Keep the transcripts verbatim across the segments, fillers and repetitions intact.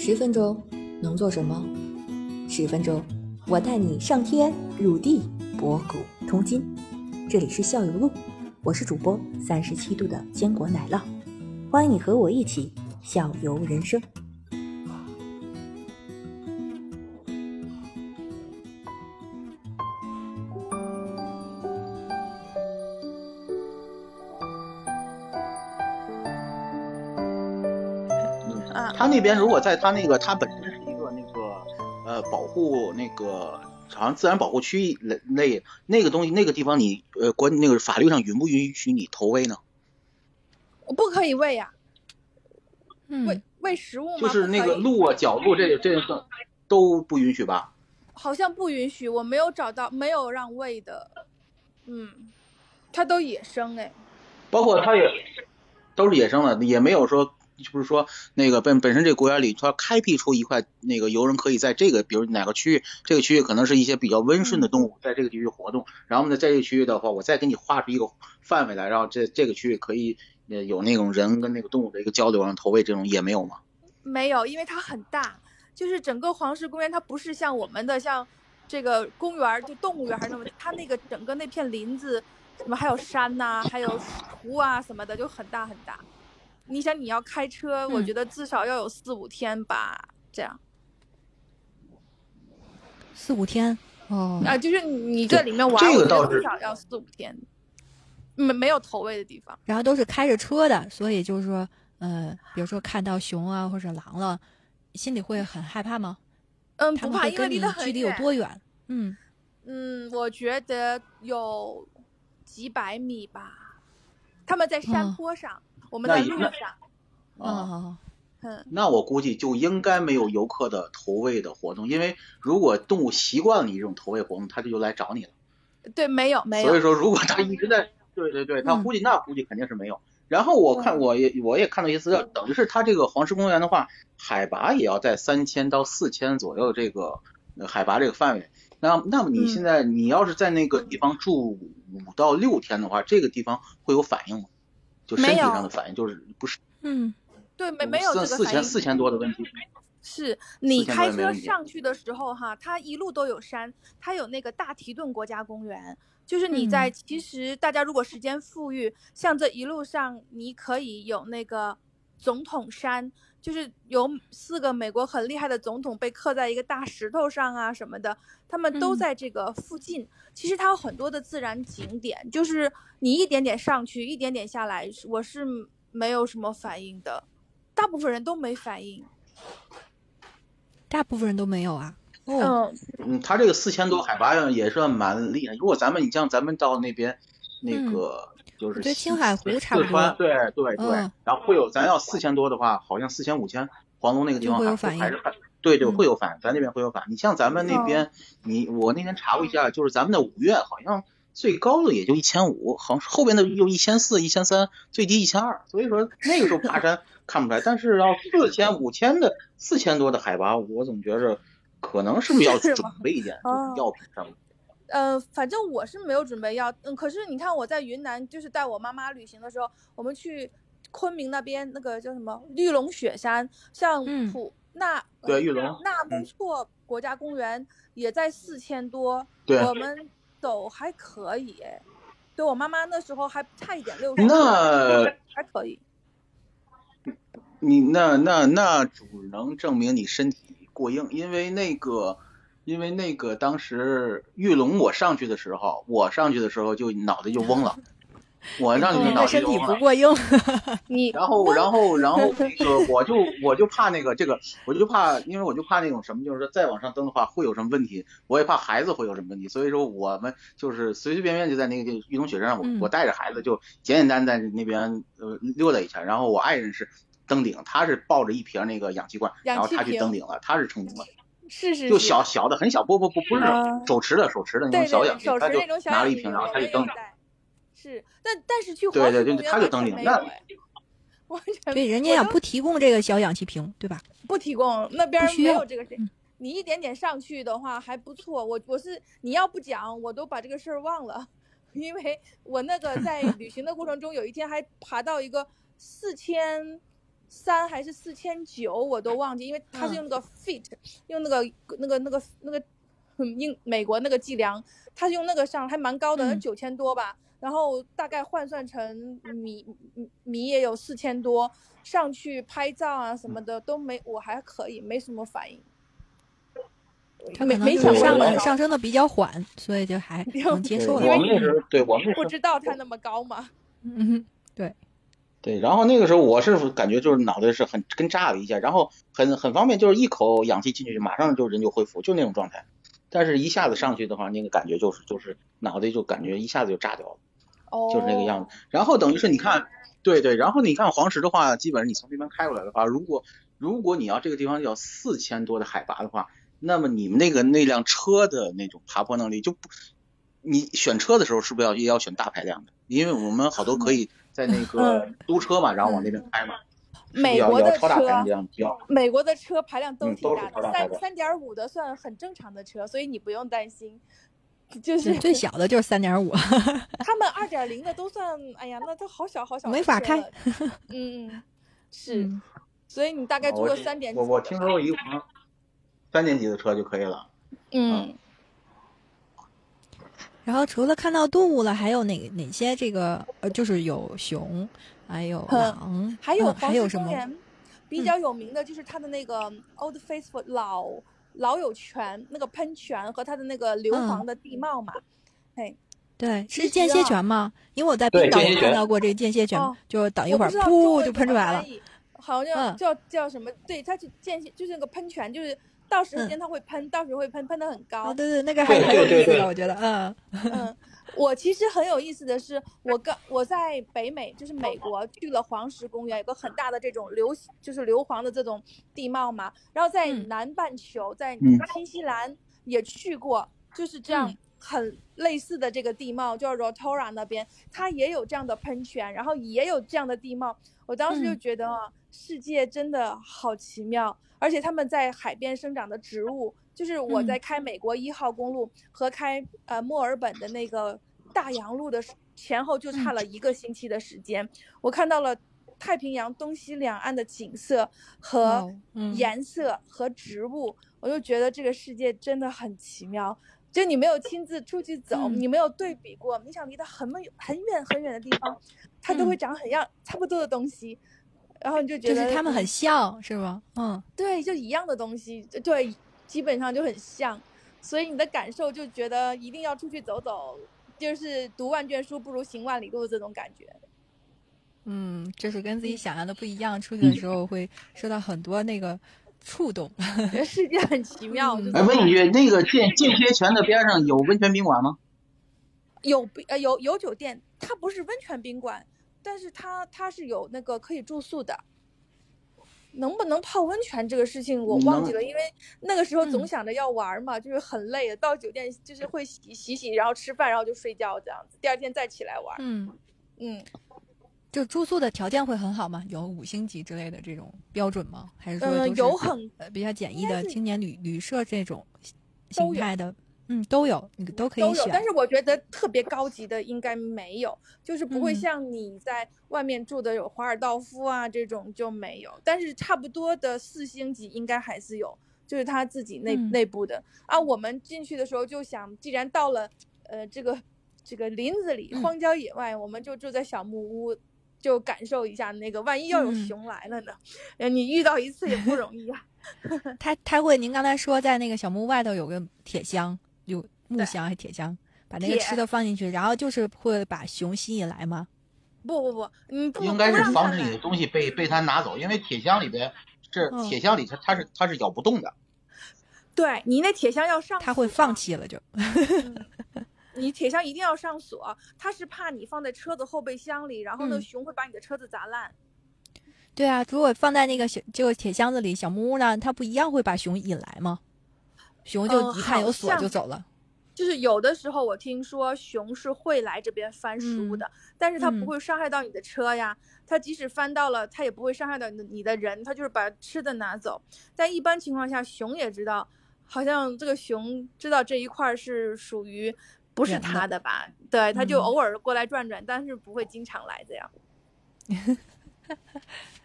十分钟能做什么？十分钟，我带你上天入地，博古通今。这里是校友录，我是主播三十七度的坚果奶酪，欢迎你和我一起校游人生。 他那边如果在他那个，他本身是一个那个呃保护那个好像自然保护区类类那个东西，那个地方你呃关那个法律上允不允许你投喂呢？ 不可以喂呀、啊， 嗯， 喂喂食物吗？ 就是那个路啊、角路这这个都不允许吧？ 好像不允许，我没有找到，没有让喂的。嗯，它都野生哎， 包括它也都是野生的，也没有说。就是说，那个本本身这个公园里，它开辟出一块那个游人可以在这个，比如哪个区域，这个区域可能是一些比较温顺的动物在这个区域活动，然后呢，在这个区域的话，我再给你画出一个范围来，然后这这个区域可以呃有那种人跟那个动物的一个交流，然后投喂这种也没有吗？ 没有，因为它很大，就是整个黄石公园，它不是像我们的像这个公园就动物园那么，它那个整个那片林子，什么还有山呐、啊，还有湖啊什么的，就很大很大。你想你要开车、嗯、我觉得至少要有四五天吧，这样四五天哦啊，就是你这里面玩， 这个倒是至少要四五天，没没有投喂的地方， 然后都是开着车的，所以就是说，呃，比如说看到熊啊或者狼了，心里会很害怕吗？ 嗯，不怕，因为离得很距离有多远？嗯嗯，我觉得有几百米吧，他们在山坡上。哦，我们在路上， 啊，嗯，那我估计就应该没有游客的投喂的活动，因为如果动物习惯了你这种投喂活动，它就来找你了。 对，没有没有。 所以说，如果它一直在，对对对，它估计、嗯、那估计肯定是没有。然后我看我也我也看到一些资料，等于是它这个黄石公园的话，海拔也要在三千到四千左右这个海拔这个范围。那那么你现在、嗯、你要是在那个地方住五到六天的话，这个地方会有反应吗？就身体上的反应，就是不是， 嗯，对，没没有这个四千四千多的问题。 是你开车上去的时候哈，它一路都有山，它有那个大提顿国家公园，就是你在、嗯、其实大家如果时间富裕，像这一路上你可以有那个总统山，就是有四个美国很厉害的总统被刻在一个大石头上啊什么的，他们都在这个附近。嗯、其实它有很多的自然景点，就是你一点点上去，一点点下来，我是没有什么反应的，大部分人都没反应。 大部分人都没有啊。 哦、 嗯，他这个四千多海拔也是蛮厉害。如果咱们你像咱们到那边那个。嗯就是对青海湖差不多， 对对对、嗯，然后会有咱要四千多的话，好像四千五千，黄龙那个地方会有反应， 还是对对会有反应、嗯，咱那边会有反应。你像咱们那边，你我那天查过一下，就是咱们的五月好像最高的也就一千五，好像后边的有一千四、一千三，最低一千二，所以说那个时候爬山看不出来。但是要四千、五千的四千多的海拔，我总觉着可能是不是要准备一点就是药品上面。 呃，反正我是没有准备要，嗯，可是你看我在云南，就是带我妈妈旅行的时候，我们去昆明那边那个叫什么玉龙雪山，像普纳、 嗯呃、对玉龙纳木错国家公园、嗯、也在四千多， 对， 我们走还可以哎，对我妈妈那时候还差一点六十， 那还可以。 你那那那只能证明你身体过硬，因为那个。因为那个当时玉龙我上去的时候，我上去的时候就脑袋就嗡了，我上去就脑袋就嗡了。 身体不过硬， 你然后然后然后那个我就我就怕那个这个，我就怕，因为我就怕那种什么，就是说再往上登的话会有什么问题，我也怕孩子会有什么问题，所以说我们就是随随便便就在那个玉龙雪山上，我我带着孩子就简简单单在那边呃溜达一下，然后我爱人是登顶，他是抱着一瓶那个氧气罐，然后他去登顶了，他是成功了。 是是是， 就小小的很小，不不不不是手持的手持的那种小氧气， 他就拿了一瓶，然后他就登顶。 是，但但是去对对对，他就登顶。那对，人家也不提供这个小氧气瓶，对吧？ 不提供，那边没有这个事。你一点点上去的话还不错。我我是你要不讲，我都把这个事儿忘了，因为我那个在旅行的过程中，有一天还爬到一个四千三还是四千九，我都忘记，因为它是用那个 feet，、嗯、用那个那个那个那个英美国那个计量，它是用那个上，还蛮高的，那九千多吧。然后大概换算成米米也有四千多，上去拍照啊什么的都没，我还可以，没什么反应。 它可能就是上的上升的比较缓，所以就还能接受了。 我们那时候对我们不知道它那么高嘛。 嗯，对对。然后那个时候我是感觉就是脑袋是很跟炸了一下，然后很很方便，就是一口氧气进去，马上就人就恢复，就那种状态。但是一下子上去的话，那个感觉就是就是脑袋就感觉一下子就炸掉了， 哦， 就是那个样子。然后等于是你看，对对，然后你看黄石的话，基本上你从这边开过来的话，如果如果你要这个地方要四千多的海拔的话。那么你们那个那辆车的那种爬坡能力就不，你选车的时候是不是要也要选大排量的？因为我们好多可以在那个租车嘛，嗯、然后往那边开嘛。 美国的车，美国的车排量都挺大的，三三点五的算很正常的车，所以你不用担心。就是最小的就是三点五， 他们二点零的都算，哎呀，那都好小好小， 没法开。 嗯嗯，是，嗯、所以你大概租个三点几。 我我听说过一个朋友。三年级的车就可以了。 嗯。 然后除了看到动物了，还有哪哪些这个呃，就是有熊，还有狼， 嗯、还有还有什么？ 比较有名的就是它的那个 Old Faithful 老、嗯、老有泉那个喷泉和它的那个硫磺的地貌嘛。哎、嗯， 对，是间歇泉吗？因为我在冰岛有看到过这个间歇泉， 哦、 就等一会儿噗就喷出来了。 好像叫、嗯、叫什么？对，它就间歇，就是那个喷泉，就是。到时间它会喷、嗯，到时会喷，喷得很高。 哦，对对，那个还很有意思的，我觉得，嗯嗯。我其实很有意思的是，我刚我在北美，就是美国去了黄石公园，有个很大的这种硫，就是硫磺的这种地貌嘛。然后在南半球，嗯、在新西兰也去过，就是这样很类似的这个地貌，叫 Rotorua 那边，它也有这样的喷泉，然后也有这样的地貌。我当时就觉得啊，嗯、世界真的好奇妙。而且他们在海边生长的植物，就是我在开美国一号公路和开呃墨尔本的那个大洋路的前后就差了一个星期的时间，我看到了太平洋东西两岸的景色和颜色和植物，我就觉得这个世界真的很奇妙。就你没有亲自出去走，你没有对比过，你想离得很很远很远的地方，它都会长很样差不多的东西。然后你就觉得就是他们很像，是吧？嗯， 对，就一样的东西，对，基本上就很像，所以你的感受就觉得一定要出去走走，就是读万卷书不如行万里路这种感觉。 嗯，就是跟自己想象的不一样，出去的时候会受到很多那个触动， 觉得世界很奇妙。 哎，问一句，那个间间歇泉的边上有温泉宾馆吗？ 有，呃，有有酒店，它不是温泉宾馆。但是它它是有那个可以住宿的，能不能泡温泉这个事情我忘记了，因为那个时候总想着要玩嘛，嗯、就是很累的，到酒店就是会洗洗洗，然后吃饭，然后就睡觉这样子，第二天再起来玩。 嗯嗯， 就住宿的条件会很好吗？有五星级之类的这种标准吗？还是说都是、 嗯、有很呃比较简易的青年旅旅社这种形态的？嗯，都有，你都可以选。 都有，但是我觉得特别高级的应该没有，就是不会像你在外面住的有华尔道夫啊、嗯、这种就没有，但是差不多的四星级应该还是有，就是他自己内、嗯、内部的啊。我们进去的时候就想，既然到了呃这个这个林子里、荒郊野外，嗯、我们就住在小木屋，就感受一下那个，万一要有熊来了呢？嗯、你遇到一次也不容易啊。 他他会，您刚才说在那个小木屋外头有个铁箱。有木箱还是铁箱，把那个吃的放进去，然后就是会把熊吸引来吗？ 不不不，嗯， 应该是防止你的东西被被它拿走，因为铁箱里边是、嗯、铁箱里它它是它是咬不动的。 对，你那铁箱要上锁， 它会放弃了就。 嗯、你铁箱一定要上锁，它是怕你放在车子后备箱里，然后呢、嗯、熊会把你的车子砸烂。 对啊，如果放在那个小这个铁箱子里小木屋呢，它不一样会把熊引来吗？熊就一看有锁就走了、嗯、 就是有的时候我听说熊是会来这边翻食物的、嗯、但是它不会伤害到你的车呀、嗯、它即使翻到了它也不会伤害到你的人，它就是把吃的拿走。但一般情况下熊也知道，好像这个熊知道这一块是属于不是它的吧，对，它就偶尔过来转转、嗯、但是不会经常来这样。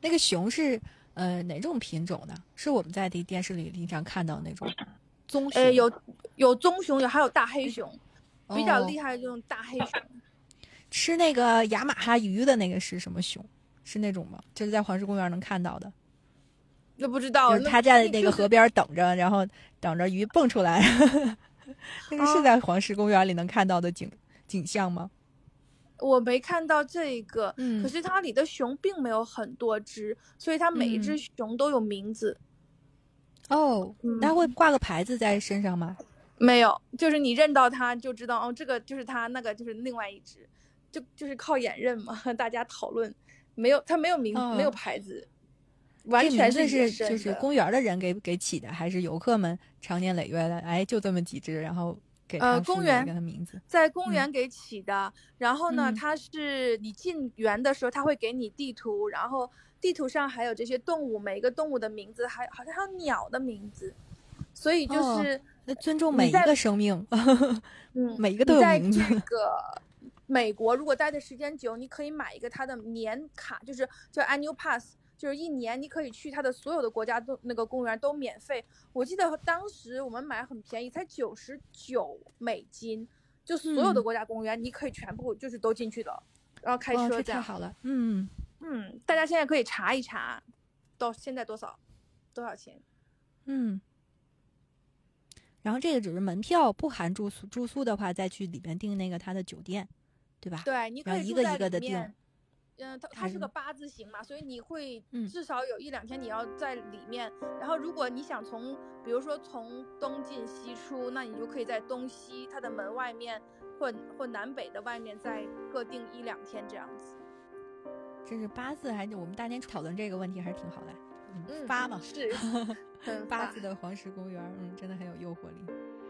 那个熊是呃哪种品种的？是我们在的电视里经常看到那种棕熊？ 呃，有有棕熊，有还有大黑熊，哦、比较厉害的这种大黑熊。 吃那个雅马哈鱼的那个是什么熊？是那种吗？就是在黄石公园能看到的。 那不知道， 就是他在那个河边等着，就是、然后等着鱼蹦出来。那个是在黄石公园里能看到的景、啊、景象吗？ 我没看到这个， 嗯， 可是它里的熊并没有很多只，所以它每一只熊都有名字。 嗯、哦，那会挂个牌子在身上吗？ 没有，就是你认到它就知道，哦，这个就是它，那个就是另外一只，就就是靠眼认嘛，大家讨论。没有，它没有名、哦，没有牌子。完全是是就是公园的人给给起的，还是游客们长年累月的？哎，就这么几只，然后给它赋予一个名字。 呃、在公园给起的。嗯、然后呢， 嗯、 它是你进园的时候，它会给你地图，然后地图上还有这些动物，每个动物的名字，还好像还有鸟的名字。所以就是、 哦、那尊重每一个生命， 嗯， 每一个都有名字。 在这个美国，如果待的时间久，你可以买一个它的年卡，就是叫 annual pass。就是一年你可以去它的所有的国家都那个公园都免费。我记得当时我们买很便宜，才九十九美金，就所有的国家公园你可以全部就是都进去的，嗯、然后开车这样。 哦、太好了，嗯嗯，大家现在可以查一查，到现在多少多少钱？ 嗯。然后这个只是门票，不含住宿。住宿的话，再去里边订那个他的酒店，对吧？ 对，你可以一个一个的订。 嗯，它它是个八字形嘛，所以你会至少有一两天你要在里面。嗯、然后如果你想从，比如说从东进西出，那你就可以在东西它的门外面，或或南北的外面再各定一两天这样子。 这是八字还是我们大年讨论这个问题还是挺好的。嗯，发嘛是八字的黄石公园，嗯，真的很有诱惑力。